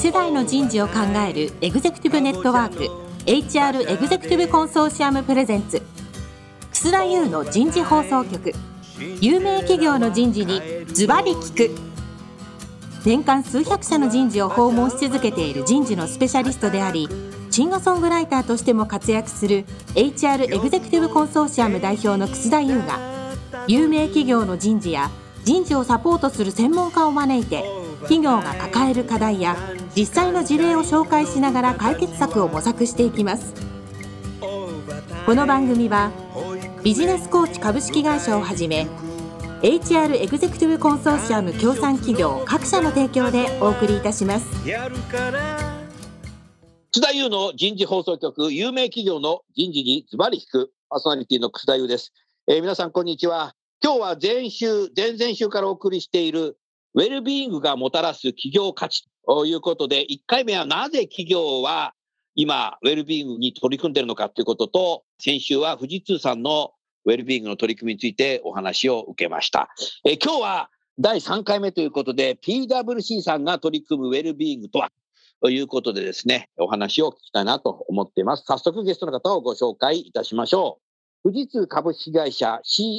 世代の人事を考えるエグゼクティブネットワーク HR エグゼクティブコンソーシアムプレゼンツ楠田優の人事放送局。有名企業の人事にズバリ聞く。年間数百社の人事を訪問し続けている人事のスペシャリストであり、シンガーソングライターとしても活躍する HR エグゼクティブコンソーシアム代表の楠田優が、有名企業の人事や人事をサポートする専門家を招いて、企業が抱える課題や実際の事例を紹介しながら解決策を模索していきます。この番組はビジネスコーチ株式会社をはじめ HR エグゼクティブコンソーシアム協賛企業各社の提供でお送りいたします。 楠田優の人事放送局、有名企業の人事にズバリ聞く。パーソナリティの楠田優です。皆さんこんにちは。今日は前々週からお送りしているウェルビーイングがもたらす企業価値ということで、1回目はなぜ企業は今ウェルビーイングに取り組んでいるのかということと、先週は富士通さんのウェルビーイングの取り組みについてお話を受けました。今日は第3回目ということで、 PwC さんが取り組むウェルビーイングとはということでですね、お話を聞きたいなと思っています。早速ゲストの方をご紹介いたしましょう。富士通株式会社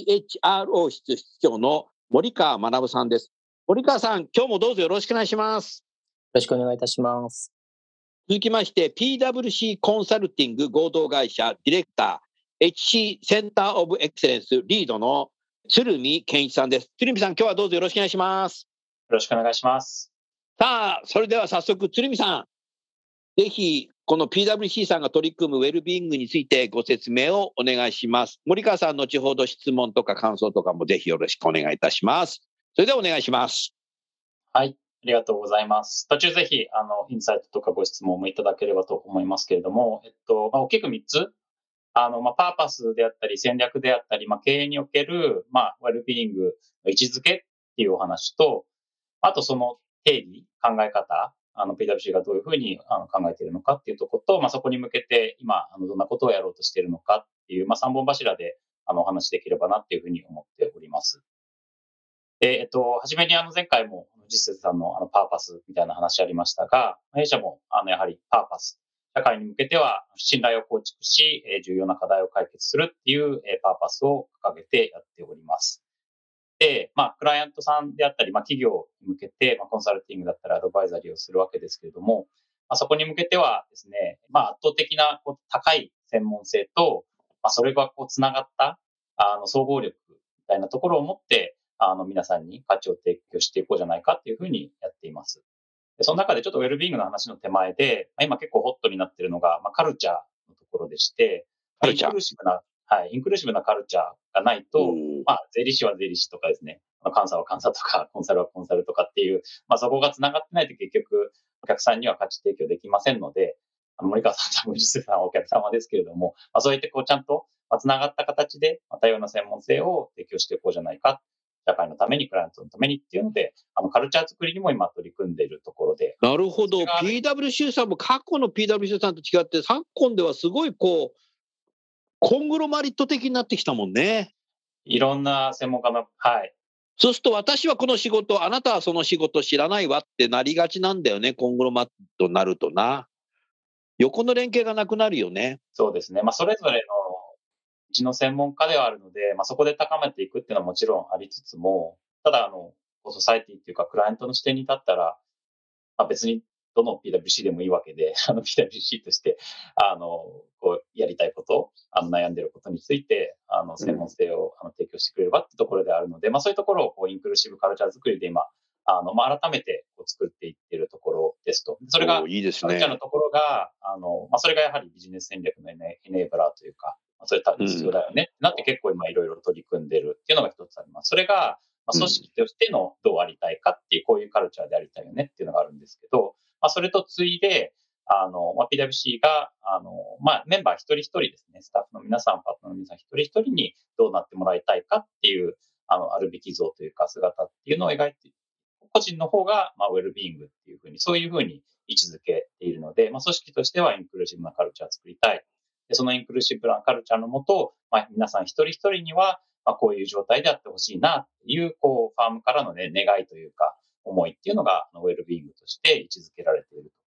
CHRO 室室長の森川学さんです。森川さん、今日もどうぞよろしくお願いします。 よろしくお願いいたします。 続きまして PwC コンサルティング合同会社ディレクター HC センターオブエクセレンスリードの鶴見健一さんです。鶴見さん、今日はどうぞよろしくお願いします。 よろしくお願いします。 さあ、それでは早速鶴見さん、ぜひこの PwC さんが取り組むウェルビーイングについてご説明をお願いします。森川さん、後ほど質問とか感想とかもぜひよろしくお願いいたします。それではお願いします。 はい、ありがとうございます。途中ぜひインサイトとかご質問もいただければと思いますけれども、大きく3つ、パーパスであったり戦略であったり、経営における、ウェルビーイングの位置づけっていうお話と、あとその定義、考え方、PwC がどういうふうに考えているのかっていうところと、そこに向けて今どんなことをやろうとしているのかっていう、3本柱でお話しできればなっていうふうに思っております。で、初めに前回も実践さんのパーパスみたいな話ありましたが、弊社もやはりパーパス、社会に向けては信頼を構築し、重要な課題を解決するっていうパーパスを掲げてやっております。で、クライアントさんであったり、企業に向けて、コンサルティングだったりアドバイザリーをするわけですけれども、そこに向けてはですね、圧倒的な高い専門性と、それがつながった総合力みたいなところを持って、皆さんに価値を提供していこうじゃないかっていうふうにやっています。でその中でちょっとウェルビーイングの話の手前で、今結構ホットになっているのが、カルチャーのところでして、インクルーシブなカルチャーがないと、税理士は税理士とかですね、監査は監査とか、コンサルはコンサルとかっていう、そこが繋がってないと結局、お客さんには価値提供できませんので、森川さんと藤井さんはお客様ですけれども、そうやってちゃんと繋がった形で、多様な専門性を提供していこうじゃないか。社会のために、クライアントのためにっていうので、カルチャー作りにも今取り組んでいるところで。 なるほど。PwC さんも過去の PwC さんと違って、昨今ではすごいコングロマリット的になってきたもんね。 いろんな専門家の、 そうすると私はこの仕事、あなたはその仕事知らないわってなりがちなんだよね。コングロマリットになるとな。横の連携がなくなるよね。 そうですね。それぞれのうちの専門家ではあるので、そこで高めていくっていうのはもちろんありつつも、ただソサイティっていうかクライアントの視点に立ったら、別にどの PwC でもいいわけで、PwC として、やりたいこと、悩んでることについて、専門性を提供してくれればってところであるので、そういうところをインクルーシブカルチャー作りで今、改めて作っていっているところですと。それが、 いいですね。 カルチャーのところが、それがやはりビジネス戦略のエネーブラーというか、それ必要だよね。なって結構今いろいろ取り組んでるっていうのが一つあります。それが、組織としてのどうありたいかっていう、こういうカルチャーでありたいよねっていうのがあるんですけど、それと次いで、PwC が、メンバー一人一人ですね、スタッフの皆さん、パートナーの皆さん一人一人にどうなってもらいたいかっていう、あるべき像というか姿っていうのを描いて、個人の方が、ウェルビーイングっていうふうに、そういうふうに位置づけているので、組織としてはインクルーシブなカルチャーを作りたい。でそのインクルーシブなカルチャーのもと、皆さん一人一人には、こういう状態であってほしいなっていう、ファームからのね、願いというか、思いっていうのが、ウェルビーイングとして位置づけられていると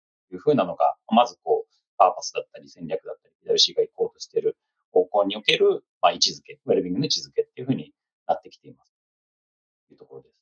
ふうなのが、まずパーパスだったり戦略だったり、PwC が行こうとしている方向における、位置づけ、ウェルビングの位置づけっていうふうになってきています。というところです。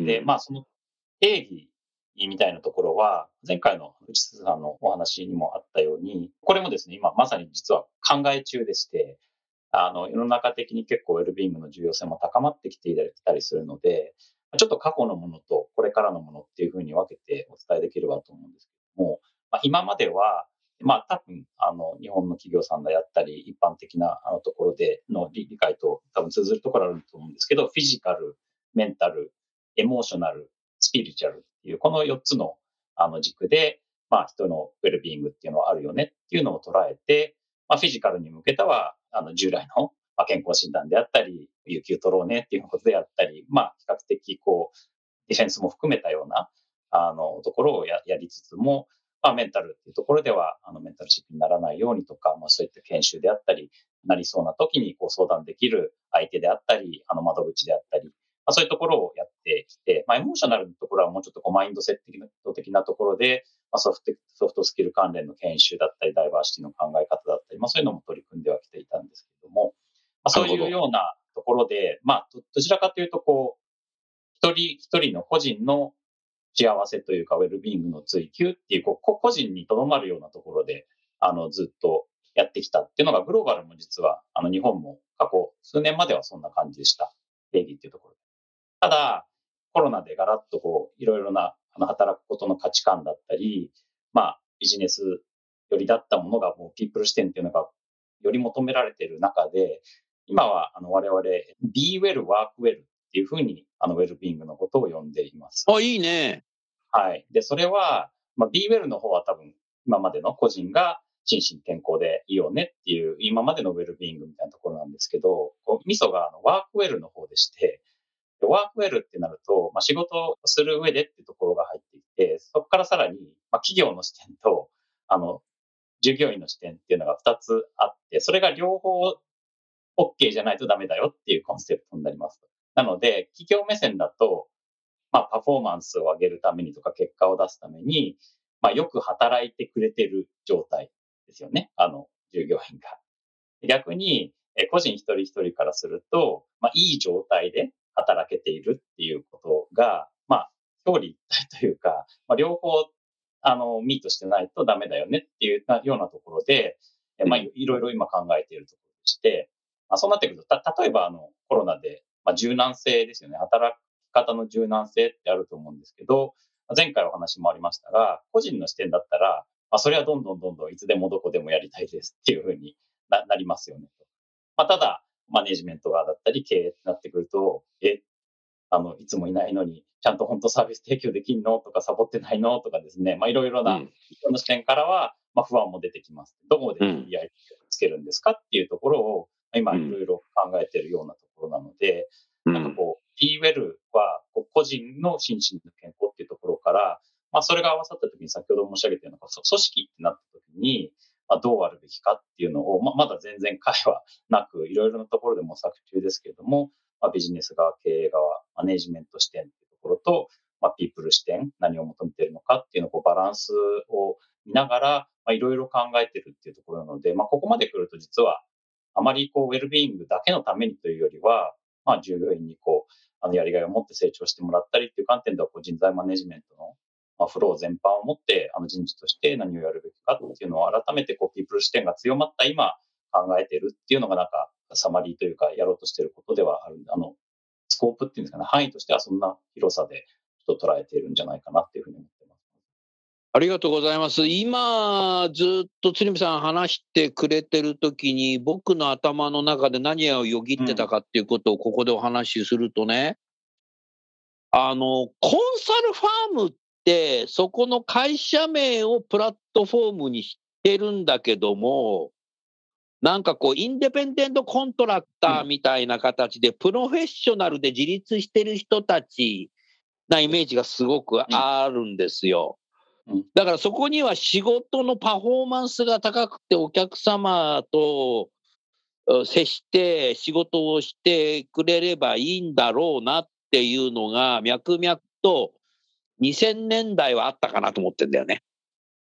で、その定義みたいなところは、前回の内津さんのお話にもあったように、これもですね、今まさに実は考え中でして、世の中的に結構ウェルビーイングの重要性も高まってきていたりするので、ちょっと過去のものとこれからのものっていうふうに分けてお伝えできればと思うんですけども、今までは、多分、日本の企業さんであったり、一般的なところでの理解と多分通ずるところあると思うんですけど、フィジカル、メンタル、エモーショナル、スピリチュアルっていう、この4つの軸で、人のウェルビーイングっていうのはあるよねっていうのを捉えて、フィジカルに向けては、従来の健康診断であったり、有給取ろうねっていうことであったり、比較的ディフェンスも含めたような、ところをやりつつも、メンタルっていうところでは、メンタルシップにならないようにとか、そういった研修であったり、なりそうな時に相談できる相手であったり、窓口であったり、そういうところをやってきて、エモーショナルのところはもうちょっとマインドセット的なところで、ソフトスキル関連の研修だったり、ダイバーシティの考え方だったり、そういうのも取り組んではきていたんですけれども、そういうようなところで、どちらかというと、一人一人の個人の幸せというか、ウェルビーイングの追求っていう、個人にとどまるようなところで、ずっとやってきたっていうのが、グローバルも実は、日本も過去数年まではそんな感じでした。定義っていうところで。ただ、コロナでガラッといろいろな働くことの価値観だったり、ビジネスよりだったものがもうピープル視点っていうのがより求められている中で、今は我々 Be Well, Work Well っていうふうにウェルビーイングのことを呼んでいます。 いいね。 はい。で、それは、Be Well の方は多分今までの個人が心身健康でいいよねっていう今までのウェルビーイングみたいなところなんですけど、ミソがワークウェルの方でして、ワークウェルってなると、仕事をする上でっていうところが入っていて、そこからさらに、企業の視点と、従業員の視点っていうのが2つあって、それが両方 OK じゃないとダメだよっていうコンセプトになります。なので、企業目線だと、パフォーマンスを上げるためにとか結果を出すために、よく働いてくれてる状態ですよね。従業員が。逆に、個人一人一人からすると、いい状態で働けているっていうことが、表裏一体というか、両方、ミートしてないとダメだよねっていうようなところで、いろいろ今考えているところでして、そうなってくると、例えばコロナで、柔軟性ですよね。働き方の柔軟性ってあると思うんですけど、前回お話もありましたが、個人の視点だったら、それはどんどんいつでもどこでもやりたいですっていうふうになりますよね。ただ、マネジメント側だったり経営ってなってくると、いつもいないのに、ちゃんと本当サービス提供できんのとか、サボってないのとかですね、いろいろな人の視点からは、不安も出てきます。どこで KPI つけるんですかっていうところを、今いろいろ考えているようなところなので、Be Well は個人の心身の健康っていうところから、それが合わさったときに先ほど申し上げたような、組織ってなったときに、どうあるべきかっていうのを、まだ全然会話なく、いろいろなところで模索中ですけれども、ビジネス側、経営側、マネジメント視点っていうところと、ピープル視点、何を求めているのかっていうのをバランスを見ながら、いろいろ考えてるっていうところなので、ここまで来ると実は、あまりウェルビーイングだけのためにというよりは、従業員にやりがいを持って成長してもらったりっていう観点では、人材マネジメントのフロー全般を持って、人事として何をやるべきかっていうのを改めてピープル視点が強まった今考えているっていうのがサマリーというかやろうとしていることではある。スコープっていうんですかね、範囲としてはそんな広さで捉えているんじゃないかなっていうふうに思ってます。 ありがとうございます。今ずっと鶴見さん話してくれてる時に僕の頭の中で何をよぎってたかっていうことをここでお話しするとね、コンサルファームってそこの会社名をプラットフォームにしてるんだけども、インデペンデントコントラクターみたいな形でプロフェッショナルで自立してる人たちなイメージがすごくあるんですよ。だからそこには仕事のパフォーマンスが高くてお客様と接して仕事をしてくれればいいんだろうなっていうのが脈々と2000年代はあったかなと思ってんだよね。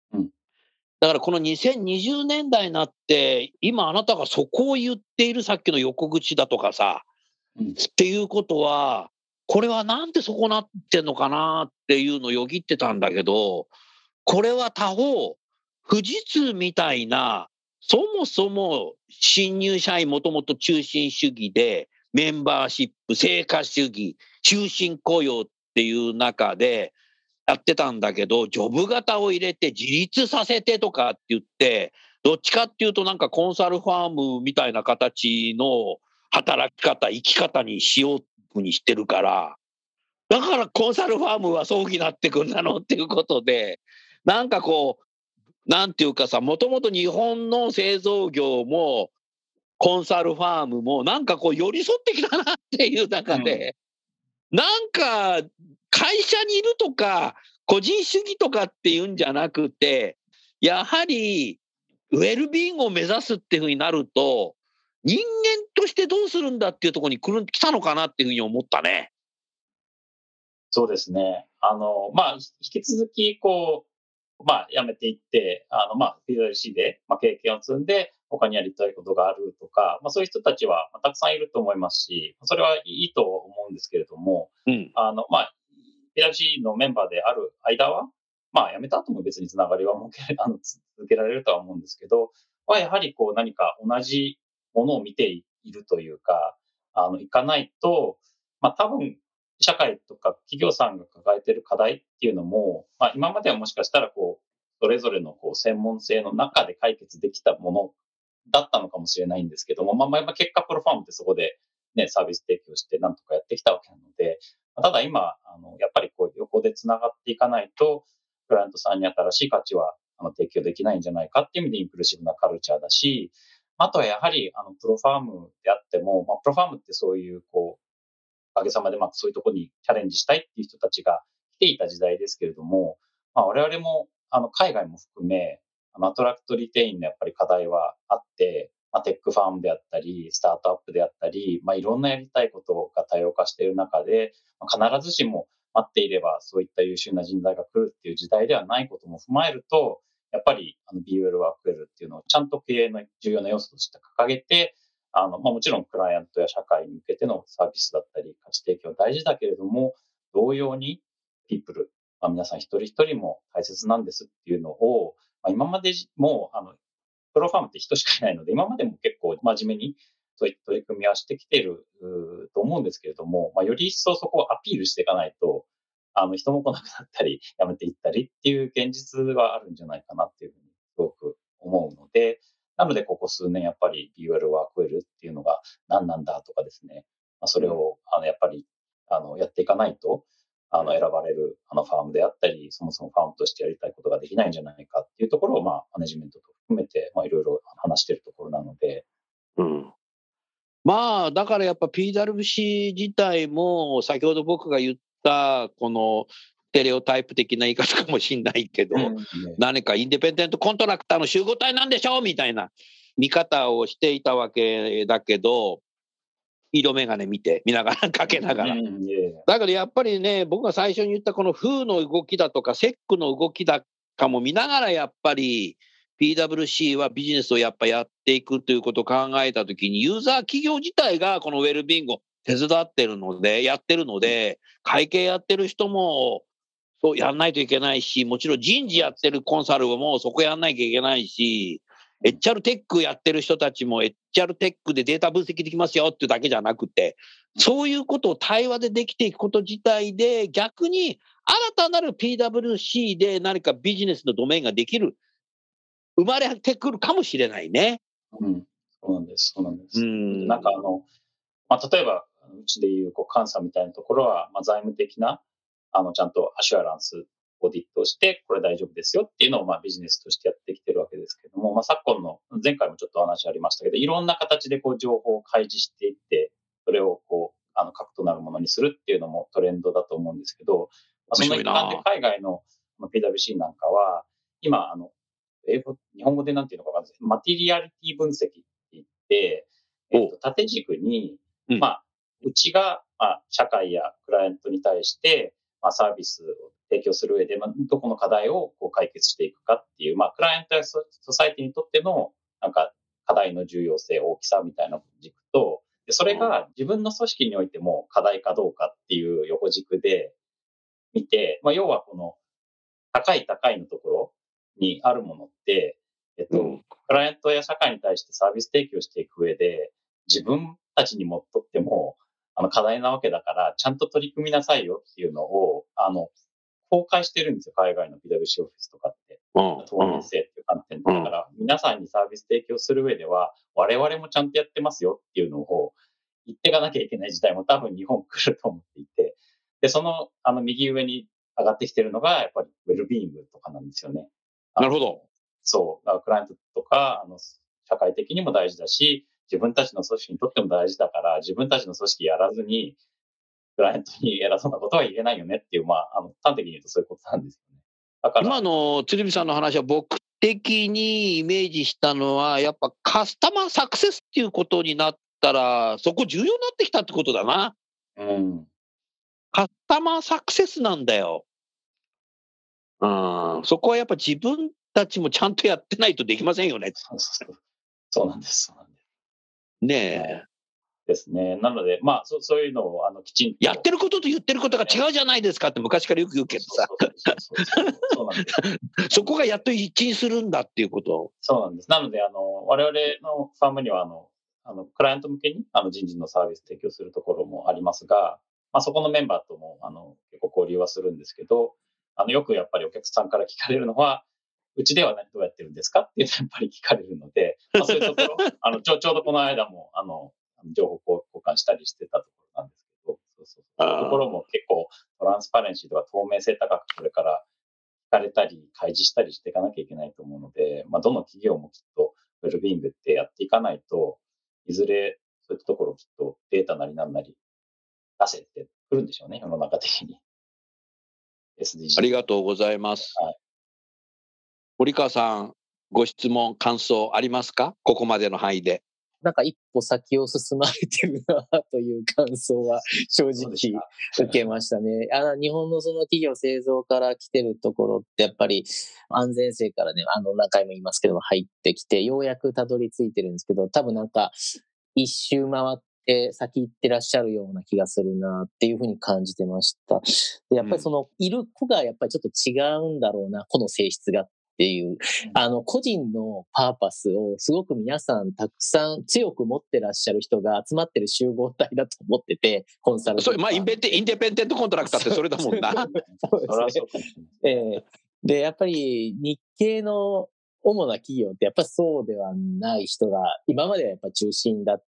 うん。 だからこの2020年代になって、今あなたがそこを言っているさっきの横口だとかさ、 うん。 っていうことは、これはなんでそこなってんのかなっていうのをよぎってたんだけど、これは他方、富士通みたいな、そもそも新入社員もともと中心主義で、メンバーシップ、成果主義、終身雇用っていう中でやってたんだけど、ジョブ型を入れて自立させてとかって言って、どっちかっていうとなんかコンサルファームみたいな形の働き方、生き方にしようふうにしてるから、だからコンサルファームはそうになってくんだのっていうことで、なんかこう、なんていうかさ、もともと日本の製造業もコンサルファームもなんかこう寄り添ってきたなっていう中で、なんか会社にいるとか個人主義とかっていうんじゃなくて、やはりウェルビーイングを目指すっていうふうになると、人間としてどうするんだっていうところに来たのかなっていうふうに思ったね。 そうですね。引き続き、辞めていって、PWC で、経験を積んで、他にやりたいことがあるとか、そういう人たちは、たくさんいると思いますし、それはいいと思うんですけれども、 うん。 PWC のメンバーである間は、辞めた後も別につながりは設け、続けられるとは思うんですけど、やはり何か同じものを見ているというか、いかないと、多分、社会とか企業さんが抱えている課題っていうのも、今まではもしかしたらそれぞれの専門性の中で解決できたものだったのかもしれないんですけども、結果プロファームってそこでね、サービス提供してなんとかやってきたわけなので、ただ今、やっぱり横で繋がっていかないと、クライアントさんに新しい価値は提供できないんじゃないかっていう意味でインクルーシブなカルチャーだし、あとはやはりプロファームであっても、プロファームってそういうおかげさまでそういうところにチャレンジしたいっていう人たちが来ていた時代ですけれども、我々も海外も含め、アトラクトリテインのやっぱり課題はあって、テックファームであったり、スタートアップであったり、いろんなやりたいことが多様化している中で、必ずしも待っていればそういった優秀な人材が来るっていう時代ではないことも踏まえると、やっぱりBUL ワークウェルっていうのをちゃんと経営の重要な要素として掲げて、もちろんクライアントや社会に向けてのサービスだったり、価値提供大事だけれども、同様にピープル、皆さん一人一人も大切なんですっていうのを、今までもプロファームって人しかいないので、今までも結構真面目にそういった取り組みはしてきていると思うんですけれども、より一層そこをアピールしていかないと、人も来なくなったり、辞めていったりっていう現実はあるんじゃないかなっていうふうにすごく思うので、なのでここ数年やっぱり BUL ワークウェルっていうのが何なんだとかですね、それをやっぱりやっていかないと、選ばれるファームであったり、そもそもファームとしてやりたいことができないんじゃないかっていうところを、マネジメントと含めて、いろいろ話しているところなので。 うん。だからやっぱ PWC 自体も、先ほど僕が言った、この、ステレオタイプ的な言い方かもしれないけど、何かインディペンデントコントラクターの集合体なんでしょうみたいな見方をしていたわけだけど、色眼鏡見ながら、かけながら。だからやっぱりね、僕が最初に言ったこの風の動きだとか、セックの動きだかも見ながら、やっぱり PWC はビジネスをやっぱやっていくということを考えたときに、ユーザー企業自体がこのウェルビーイングを手伝ってるので、やってるので、会計やってる人もそうやんないといけないし、もちろん人事やってるコンサルもそこやんなきゃいけないし、HR テックやってる人たちも HR テックでデータ分析できますよっていうだけじゃなくて、そういうことを対話でできていくこと自体で、逆に新たなる PWC で何かビジネスのドメインができる、生まれてくるかもしれないね。 そうなんです。そうなんです。なんか例えば、うちでいう監査みたいなところは、財務的な、ちゃんとアシュアランス、オーディットをして、これ大丈夫ですよっていうのを、ビジネスとしてやってきてるわけですけども、昨今の、前回もちょっとお話ありましたけど、いろんな形で情報を開示していって、それを核となるものにするっていうのもトレンドだと思うんですけど、その一環で海外の PWC なんかは、今、日本語でなんていうのかわかんないです。マテリアリティ分析って言って、縦軸に、うちが、社会やクライアントに対して、サービスを提供する上で、どこの課題をこう解決していくかっていう、クライアントやソサイティにとっての、なんか、課題の重要性、大きさみたいな軸と、でそれが自分の組織においても課題かどうかっていう横軸で見て、要はこの、高いのところにあるものって、クライアントや社会に対してサービス提供していく上で、自分たちにもとっても、課題なわけだから、ちゃんと取り組みなさいよっていうのを、公開してるんですよ、海外の PwC オフィスとかって。透明性っていう観点で。だから、皆さんにサービス提供する上では、我々もちゃんとやってますよっていうのを言っていかなきゃいけない時代も多分日本来ると思っていて、で、その、右上に上がってきてるのが、やっぱりウェルビーイングとかなんですよね。 なるほど。 そう。だからクライアントとか、社会的にも大事だし、自分たちの組織にとっても大事だから、自分たちの組織やらずに、クライアントに偉そうなことは言えないよねっていう、端的に言うとそういうことなんですよね。だから今の鶴見さんの話は僕的にイメージしたのは、やっぱカスタマーサクセスっていうことになったら、そこ重要になってきたってことだな。カスタマーサクセスなんだよ。そこはやっぱ自分たちもちゃんとやってないとできませんよね。 そうなんです。 ねえ。 ですね。なので、そういうのをきちんと。 やってることと言ってることが違うじゃないですかって昔からよく言うけどさ。 そうなんです。 そこがやっと一致にするんだっていうこと。 そうなんです。なので、我々のファームには、クライアント向けに、人事のサービス提供するところもありますが、そこのメンバーとも、結構交流はするんですけど、よくやっぱりお客さんから聞かれるのは、うちではどうやってるんですかっていうのやっぱり聞かれるので、そういうところ、ちょうどこの間も、情報交換したりしてたところなんですけど、そういうところも結構トランスパレンシーとか透明性高く、これから聞かれたり、開示したりしていかなきゃいけないと思うので、どの企業もきっとウェルビーイングってやっていかないと、いずれそういったところをきっとデータなりなんなり出せてくるんでしょうね、世の中的に。SDGs。 ありがとうございます。 はい、 堀川さん、ご質問、感想ありますか？ここまでの範囲で。 なんか一歩先を進まれてるなという感想は正直受けましたね。日本のその企業製造から来てるところってやっぱり安全性からね、何回も言いますけども入ってきて、ようやくたどり着いてるんですけど、多分なんか一周回って先行ってらっしゃるような気がするなっていうふうに感じてました。でやっぱりその、いる子がやっぱりちょっと違うんだろうな、この性質が。っていう、個人のパーパスをすごく皆さんたくさん強く持ってらっしゃる人が集まってる集合体だと思ってて、コンサルとか。 インデペンデントコントラクターってそれだもんな。 そうですね。で、やっぱり日系の主な企業ってやっぱりそうではない人が今まではやっぱ中心だった。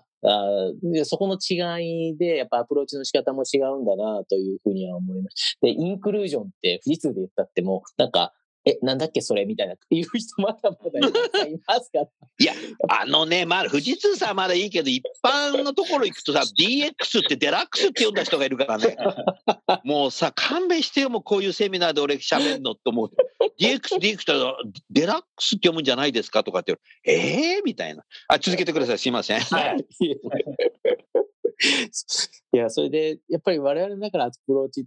でそこの違いでやっぱアプローチの仕方も違うんだなというふうには思います。で、インクルージョンって富士通で言ったってもなんかなんだっけそれみたいな言う人まだまだいますから。 いや、富士通さんはまだいいけど、一般のところ行くとさ、DX ってデラックスって呼んだ人がいるからね。もうさ、勘弁してよ、もうこういうセミナーで俺喋んのって思う。DX ってデラックスって読むんじゃないですかとかってみたいな。続けてください、すいません。はい。 いや、それで、やっぱり我々の中のアプローチって、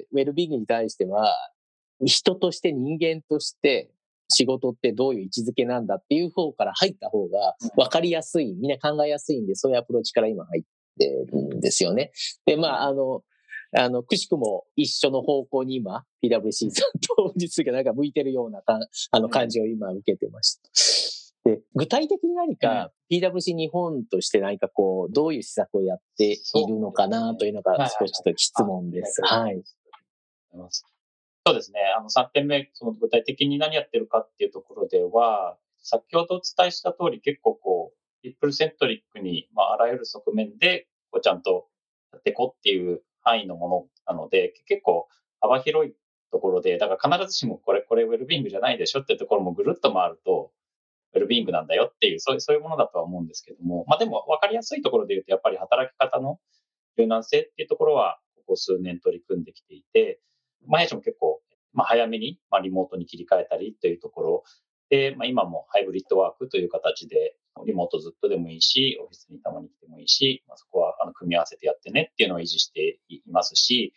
ウェルビーイングに対しては、人として人間として仕事ってどういう位置づけなんだっていう方から入った方が分かりやすい、みんな考えやすいんで、そういうアプローチから今入ってるんですよね。で、くしくも一緒の方向に今、PwC さんと富士通がなんか向いてるような感じを今受けてました。で、具体的に何か PwC 日本として何かこう、どういう施策をやっているのかなというのが少しちょっと質問です。はい。 そうですね。3点目、その具体的に何やってるかっていうところでは、先ほどお伝えした通り、結構こう、ピープルセントリックに、あらゆる側面で、こうちゃんとやっていこうっていう範囲のものなので、結構幅広いところで、だから必ずしもこれウェルビーイングじゃないでしょっていうところもぐるっと回ると、ウェルビーイングなんだよっていう、そういうものだとは思うんですけども、でも分かりやすいところで言うと、やっぱり働き方の柔軟性っていうところは、ここ数年取り組んできていて、弊社も結構、早めに、リモートに切り替えたりというところで、今もハイブリッドワークという形で、リモートずっとでもいいし、オフィスにたまに来てもいいし、そこは組み合わせてやってねっていうのを維持していますし、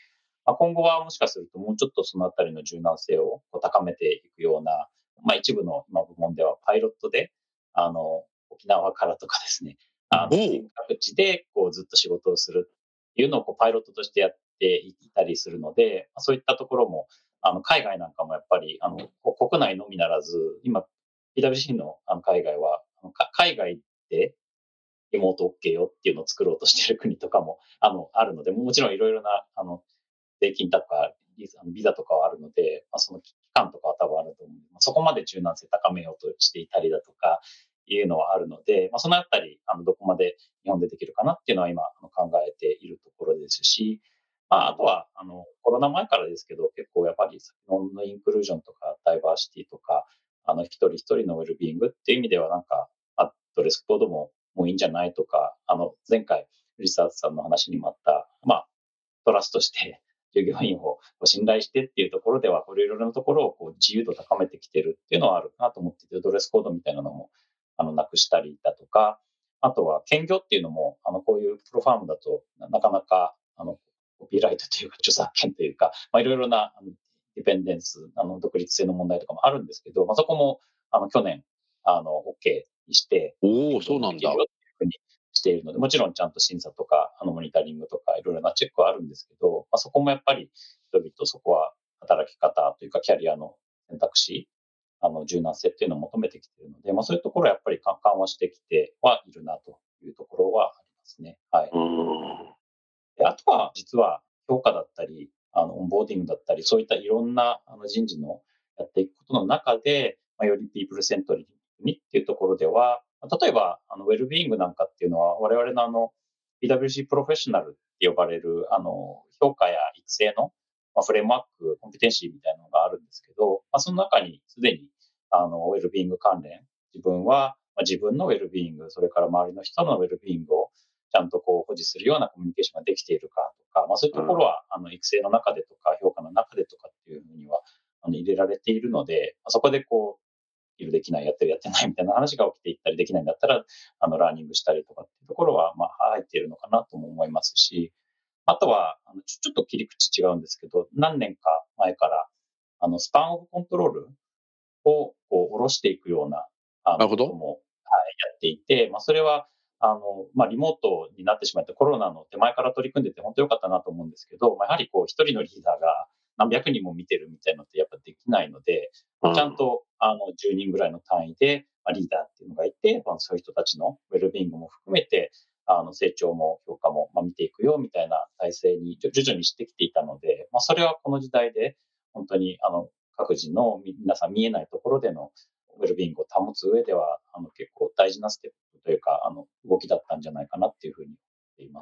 今後はもしかするともうちょっとそのあたりの柔軟性をこう高めていくような、一部の今部門ではパイロットで、沖縄からとかですね、各地でこうずっと仕事をするっていうのをこうパイロットとしてやっていたりするので、そういったところも、海外なんかもやっぱり、国内のみならず、今、PwC の海外は、海外でリモート OK よっていうのを作ろうとしている国とかも、あるので、もちろんいろいろな、税金とか、ビザとかはあるので、その期間とかは多分あると思う。そこまで柔軟性高めようとしていたりだとか、いうのはあるので、そのあたり、どこまで日本でできるかなっていうのは今、考えているところですし、あとは、コロナ前からですけど、結構やっぱり、日本のインクルージョンとか、ダイバーシティとか、一人一人のウェルビーイングっていう意味では、なんか、ドレスコードもういいんじゃないとか、前回、リサーチさんの話にもあった、トラストして、従業員を信頼してっていうところでは、いろいろなところをこう自由度高めてきてるっていうのはあるなと思ってて、ドレスコードみたいなのも、なくしたりだとか、あとは兼業っていうのも、こういうプロファームだとなかなか、コピーライトというか、著作権というか、いろいろな、ディペンデンス、独立性の問題とかもあるんですけど、そこも、去年、OK にして、 そうなんだ。 できるよっていうふうにしているので、もちろんちゃんと審査とか、モニタリングとか、いろいろなチェックはあるんですけど、そこもやっぱり、人々そこは働き方というか、キャリアの選択肢、柔軟性っていうのを求めてきているので、そういうところはやっぱり緩和してきてはいるなというところはありますね。はい。であとは、実は評価だったり、オンボーディングだったり、そういったいろんな人事のやっていくことの中で、よりピープルセントリーにっていうところでは、例えば、ウェルビーイングなんかっていうのは、我々のPwC プロフェッショナルって呼ばれる、評価や育成の、フレームワーク、コンピテンシーみたいなのがあるんですけど、その中にすでに、ウェルビーイング関連、自分は、自分のウェルビーイング、それから周りの人のウェルビーイングをちゃんとこう保持するようなコミュニケーションができているかとか、そういうところは、育成の中でとか、評価の中でとかっていうふうには、入れられているので、そこでこう、できない、やってる、やってないみたいな話が起きていったりできないんだったら、ラーニングしたりとかっていうところは、入っているのかなとも思いますし、あとは、ちょっと切り口違うんですけど、何年か前から、スパンオブコントロールをこう下ろしていくような、ことも、やっていて、それは、リモートになってしまってコロナの手前から取り組んでて本当良かったなと思うんですけど、やはりこう一人のリーダーが何百人も見てるみたいなのってやっぱできないので、ちゃんと10人ぐらいの単位で、リーダーっていうのがいて、そういう人たちのウェルビーイングも含めて、成長も評価も、見ていくよみたいな体制に徐々にしてきていたので、それはこの時代で本当に各自の皆さん見えないところでのウェルビーイングを保つ上では、結構大事なステップというか、動きだったんじゃないかなっていうふうに思っています。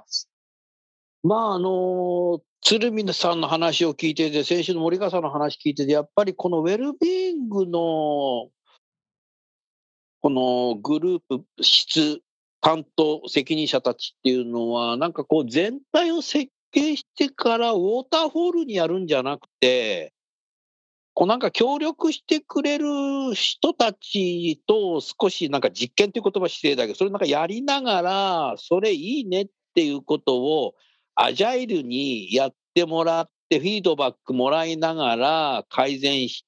鶴見さんの話を聞いてて、先週の森川さんの話聞いてて、やっぱりこのウェルビーイングのこのグループ室担当責任者たちっていうのは、なんかこう全体を設計してからウォーターフォールにやるんじゃなくて、こうなんか協力してくれる人たちと少しなんか実験という言葉失礼だけど、それなんかやりながら、それいいねっていうことをアジャイルにやってもらって、フィードバックもらいながら改善して、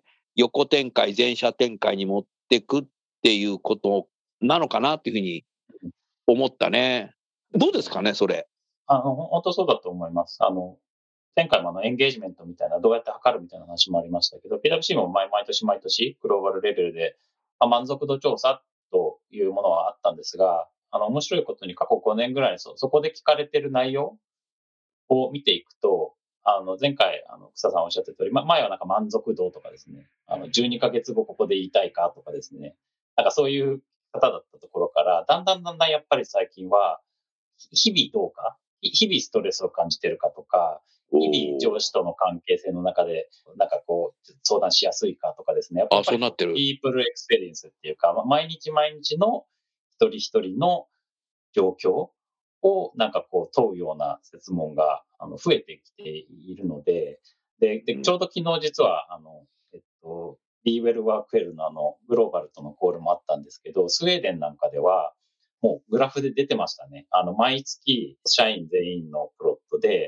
横展開、全社展開に持っていくっていうことなのかなっていうふうに思ったね。どうですかね、それ。 本当そうだと思います。前回もエンゲージメントみたいな、どうやって測るみたいな話もありましたけど、PwC も毎年毎年、グローバルレベルで、満足度調査というものはあったんですが、面白いことに過去5年ぐらいそこで聞かれている内容を見ていくと、前回、草さんおっしゃってた通り、前はなんか満足度とかですね、12ヶ月後ここで言いたいかとかですね、なんかそういう方だったところから、だんだんやっぱり最近は、日々どうか、日々ストレスを感じてるかとか、日々上司との関係性の中で、なんかこう、相談しやすいかとかですね。やっぱりそうなってる。 ピープルエクスペリエンスっていうか、毎日毎日の一人一人の状況をなんかこう問うような設問が増えてきているので、で、ちょうど昨日実は、リーウェルワークウェルのグローバルとのコールもあったんですけど、スウェーデンなんかでは、もうグラフで出てましたね。毎月、社員全員のプロットで、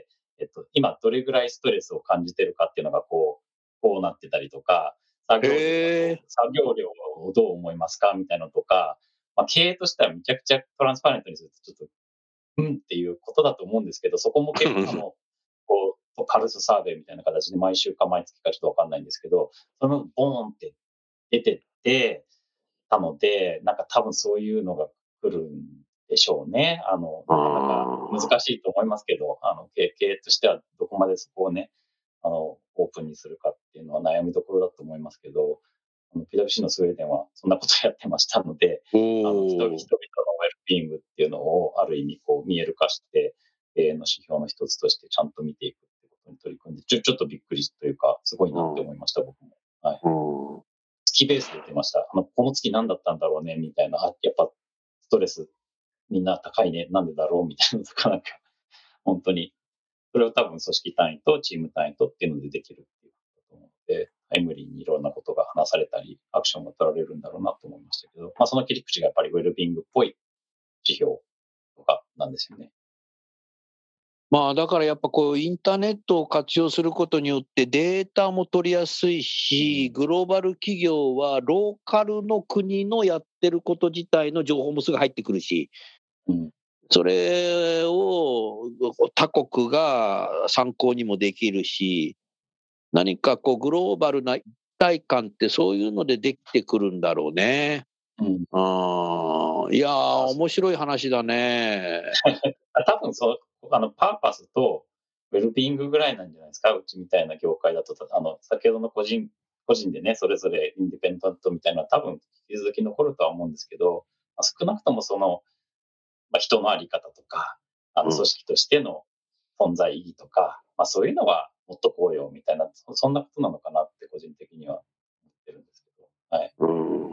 今どれぐらいストレスを感じてるかっていうのがこうなってたりとか、作業量をどう思いますかみたいなのとか、経営としてはめちゃくちゃトランスパレントにするとちょっと、っていうことだと思うんですけど、そこも結構パルスサーベイみたいな形で毎週か毎月かちょっとわかんないんですけど、そのボーンって出てってたので、なんか多分そういうのが来るんでしょうね。なかなか難しいと思いますけど、経営としてはどこまでそこをね、オープンにするかっていうのは悩みどころだと思いますけど、PwC のスウェーデンはそんなことやってましたので、人々のウェルビーイングっていうのをある意味見える化して、経営の指標の一つとしてちゃんと見ていくってことに取り組んで、ちょっとびっくりというか、すごいなって思いました、僕も。はい。月ベースで言ってました。この月何だったんだろうね、みたいな。やっぱストレスみんな高いね、なんでだろうみたいなのとか、なんか、本当に、それを多分組織単位とチーム単位とっていうのでできるっていうことだと思うので、タイムリーにいろんなことが話されたり、アクションが取られるんだろうなと思いましたけど、その切り口がやっぱりウェルビーイングっぽい指標とかなんですよね。 だからやっぱインターネットを活用することによってデータも取りやすいし、グローバル企業はローカルの国のやってること自体の情報もすぐ入ってくるし、それを他国が参考にもできるし、何かグローバルな一体感ってそういうのでできてくるんだろうね。いやー、面白い話だね。 多分パーパスとウェルビーイングぐらいなんじゃないですか、うちみたいな業界だと。先ほどの個人でね、それぞれインディペンデントみたいなのは多分引き続き残るとは思うんですけど、少なくとも人のあり方とか、組織としての存在意義とか、そういうのはもっとこうよみたいな、そんなことなのかなって個人的には思ってるんですけど。はい。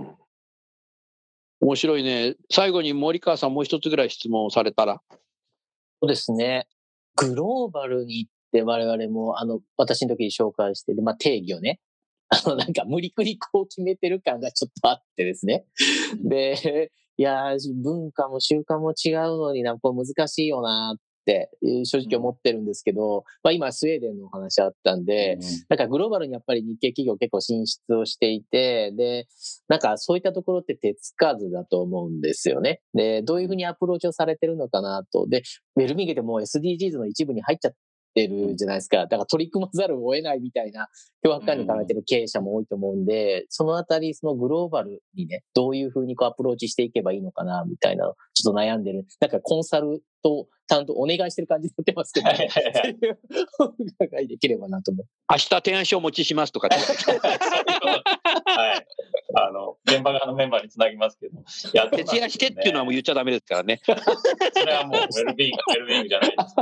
面白いね。最後に森川さんもう一つぐらい質問されたら。 そうですね。グローバルにって我々も、私の時に紹介している、定義をね、なんか無理くり決めてる感がちょっとあってですね。で、いや、文化も習慣も違うのになんか難しいよなって正直思ってるんですけど、今スウェーデンのお話あったんで、なんかグローバルにやっぱり日系企業結構進出をしていて、で、なんかそういったところって手つかずだと思うんですよね。で、どういうふうにアプローチをされてるのかなと。で、ウェルビーイングでも SDGs の一部に入っちゃってるじゃないですか。だから取り組まざるを得ないみたいな凶悪感に考えてる経営者も多いと思うんで、そのあたり、そのグローバルにね、どういうふうにアプローチしていけばいいのかな、みたいな、ちょっと悩んでる。なんかコンサルと担当お願いしてる感じになってますけど、そういうお伺いできればなと思う。 明日提案書お持ちしますとか。 はい。現場側のメンバーにつなぎますけど。 徹夜してっていうのはもう言っちゃダメですからね。 それはもうウェルビーイングじゃないですか。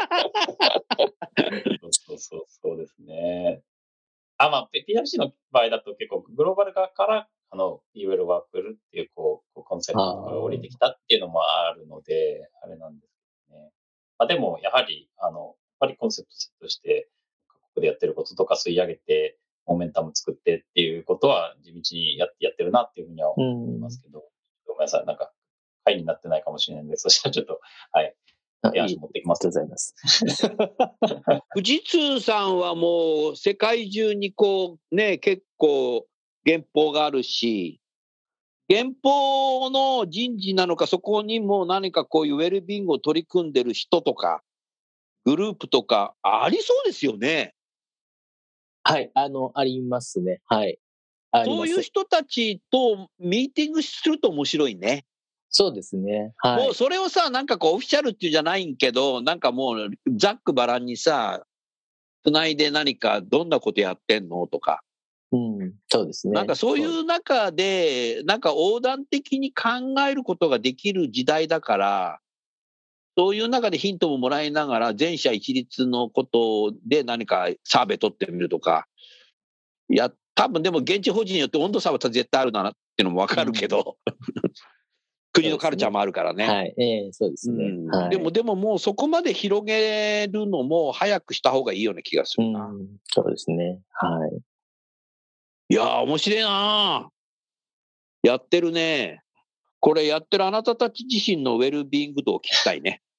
そうですね。PRC の場合だと結構グローバル側からいわゆるワークルっていうコンセプトが降りてきたっていうのもあるので、あれなんですけどね。でもやはりコンセプトセットして各国でやってることとか吸い上げてモメンタム作ってっていうことは地道にやってるなっていうふうには思いますけど、ごめんなさい、なんか会になってないかもしれないので、そしたらちょっと、はい。持ってきます。 ありがとうございます。 富士通さんはもう世界中に結構原稿があるし、原稿の人事なのか、そこにも何かこういうウェルビーイングを取り組んでる人とか、グループとかありそうですよね。 はい、ありますね。はい。 そういう人たちとミーティングすると面白いね。 そうですね。はい。 もうそれをさ、なんかオフィシャルっていうじゃないんけど、なんかもうざっくばらんにさ、つないで何かどんなことやってんのとか。 そうですね。 なんかそういう中で、なんか横断的に考えることができる時代だから、そういう中でヒントももらいながら、全社一律のことで何かサーベイ取ってみるとか、多分でも現地法人によって温度差は絶対あるなっていうのも分かるけど、国のカルチャーもあるからね。 はい、そうですね。 でももうそこまで広げるのも早くした方がいいような気がするな。 そうですね。はい。 いやー、面白いな。やってるね。これやってるあなたたち自身のウェルビーイング度を聞きたいね。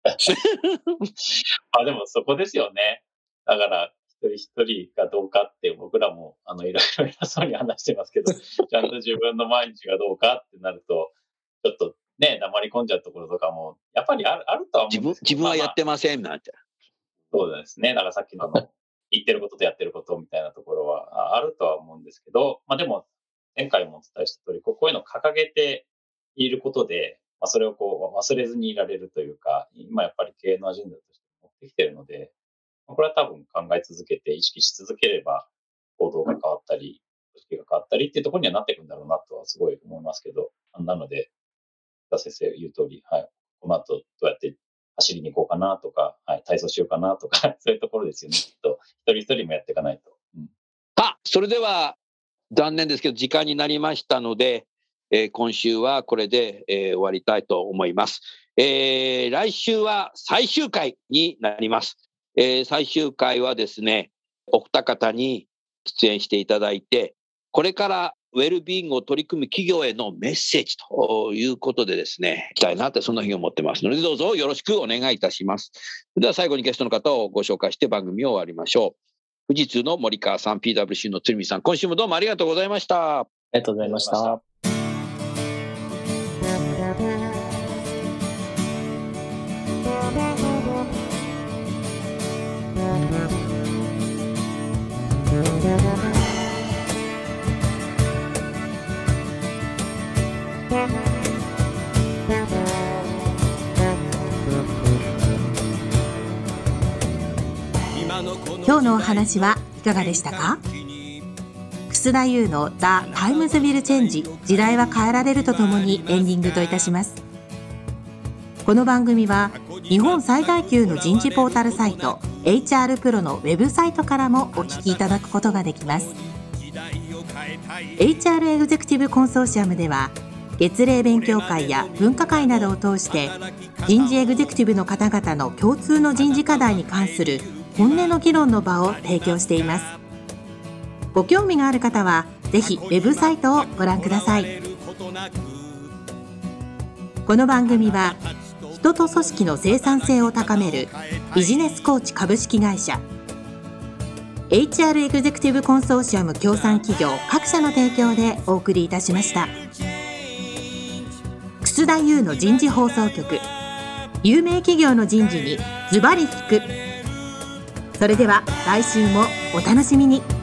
でもそこですよね。だから一人一人がどうかって僕らもいろいろ偉そうに話してますけど、ちゃんと自分の毎日がどうかってなると、ちょっとね、黙り込んじゃうところとかも、やっぱりあるとは思うんですけど。 自分はやってませんなんて。 そうですね。だからさっきの言ってることとやってることみたいなところはあるとは思うんですけど、でも前回もお伝えした通り、こういうのを掲げていることで、それを忘れずにいられるというか、今やっぱり経営のアジェンダとして持ってきているので、これは多分考え続けて意識し続ければ行動が変わったり、組織が変わったりっていうところにはなっていくんだろうなとはすごい思いますけど、なので、田先生言う通り、この後どうやって走りに行こうかなとか、体操しようかなとか、そういうところですよね。きっと一人一人もやっていかないと。 それでは残念ですけど時間になりましたので、今週はこれで、終わりたいと思います。来週は最終回になります。最終回はですね、お二方に出演していただいて、これからウェルビーイングを取り組む企業へのメッセージということでですね、いきたいなってそんなふうに思ってますので、どうぞよろしくお願いいたします。では最後にゲストの方をご紹介して番組を終わりましょう。富士通の森川さん、PwC の鶴見さん、今週もどうもありがとうございました。 ありがとうございました。 今日のお話はいかがでしたか？楠田優の The Times Will Change 時代は変えられるとともにエンディングといたします。この番組は日本最大級の人事ポータルサイト HR プロのウェブサイトからもお聞きいただくことができます。 HR エグゼクティブコンソーシアムでは月例勉強会や分科会などを通して人事エグゼクティブの方々の共通の人事課題に関する本音の議論の場を提供しています。ご興味がある方はぜひウェブサイトをご覧ください。この番組は人と組織の生産性を高めるビジネスコーチ株式会社 HR エグゼクティブコンソーシアム協賛企業各社の提供でお送りいたしました。楠田優の人事放送局、有名企業の人事にズバリ聞く。それでは来週もお楽しみに。